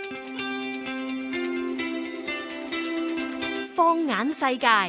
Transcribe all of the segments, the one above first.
放眼世界，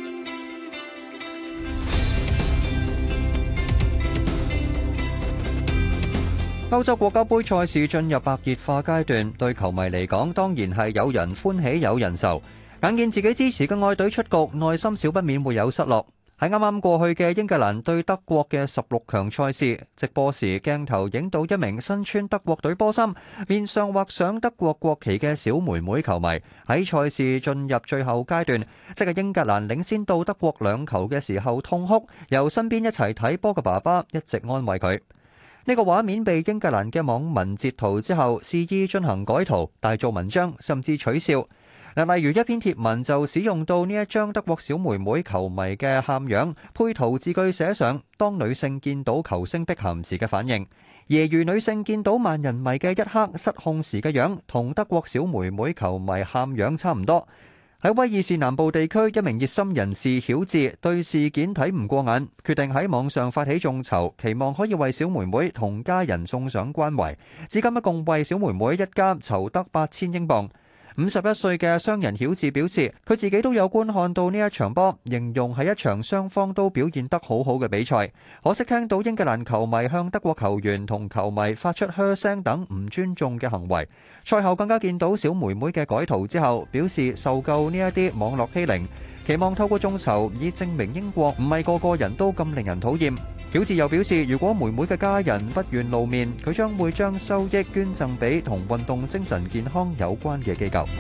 歐洲國家盃賽事進入白熱化階段，對球迷嚟講，當然係有人歡喜有人愁。眼見自己支持嘅愛隊出局，內心少不免會有失落。喺啱啱過去嘅英格蘭對德國嘅16強賽事，直播時鏡頭影到一名身穿德國隊波衫、面上畫上德國國旗嘅小妹妹球迷，喺賽事進入最後階段，即係英格蘭領先到德國2球嘅時候痛哭，由身邊一齊睇波嘅爸爸一直安慰佢。呢個畫面被英格蘭嘅網民截圖之後，肆意進行改圖、大做文章，甚至取笑。例如一篇貼文就使用到呢一張德國小妹妹球迷嘅喊樣，配圖字句寫上當女性見到球星碧咸時嘅反應。揶揄女性見到萬人迷嘅一刻失控時嘅樣，同德國小妹妹球迷喊樣差唔多。喺威爾士南部地區，一名熱心人士曉智對事件睇唔過眼，決定喺網上發起眾籌，期望可以為小妹妹同家人送上關懷。至今一共為小妹妹一家籌得8000英鎊。51歲嘅商人曉智表示，佢自己都有觀看到呢一場波，形容係一場雙方都表現得好好嘅比賽。可惜聽到英格蘭球迷向德國球員同球迷發出噓聲等唔尊重嘅行為。賽後更加見到小妹妹嘅改圖之後，表示受夠呢一啲網絡欺凌，期望透過眾籌以證明英國唔係個個人都咁令人討厭。曉智又表示，如果妹妹嘅家人不願露面，佢將會將收益捐贈俾同運動精神健康有關嘅機構。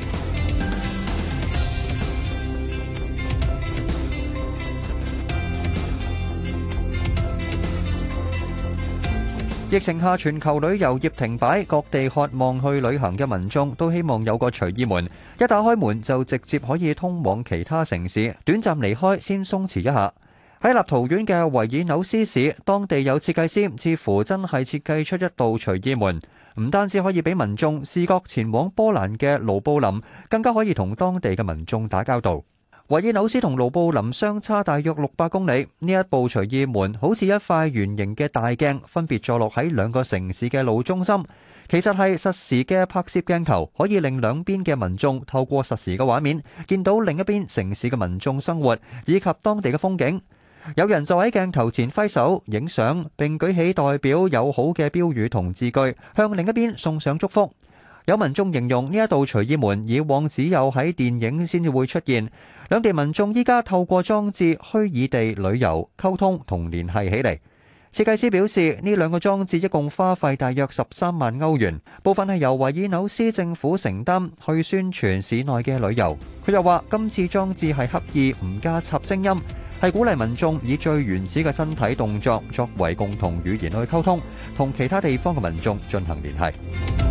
疫情下全球旅遊業停擺，各地渴望去旅行嘅民眾都希望有個隨意門，一打開門就直接可以通往其他城市，短暫離開先鬆弛一下。喺立陶宛嘅維爾紐斯市，當地有設計師似乎真係設計出一道隨意門，唔單止可以俾民眾視覺前往波蘭嘅盧布林，更加可以同當地嘅民眾打交道。維爾紐斯同盧布林相差大約600公里，呢一部隨意門好似一塊圓形嘅大鏡，分別坐落喺2個城市嘅路中心。其實係實時嘅拍攝鏡頭，可以令兩邊嘅民眾透過實時嘅畫面，見到另一邊城市嘅民眾生活，以及當地嘅風景。有人就喺鏡頭前揮手影相，並舉起代表友好嘅標語同字句，向另一邊送上祝福。有民眾形容呢一道隨意門以往只有喺電影先至會出現，兩地民眾依家透過裝置虛擬地旅遊、溝通同聯繫起嚟。設計師表示，呢2個裝置一共花費大約13萬歐元，部分係由維爾紐斯政府承擔去宣傳市內嘅旅遊。佢又話，今次裝置係刻意唔加插聲音，係鼓勵民眾以最原始嘅身體動作作為共同語言去溝通，同其他地方嘅民眾進行聯繫。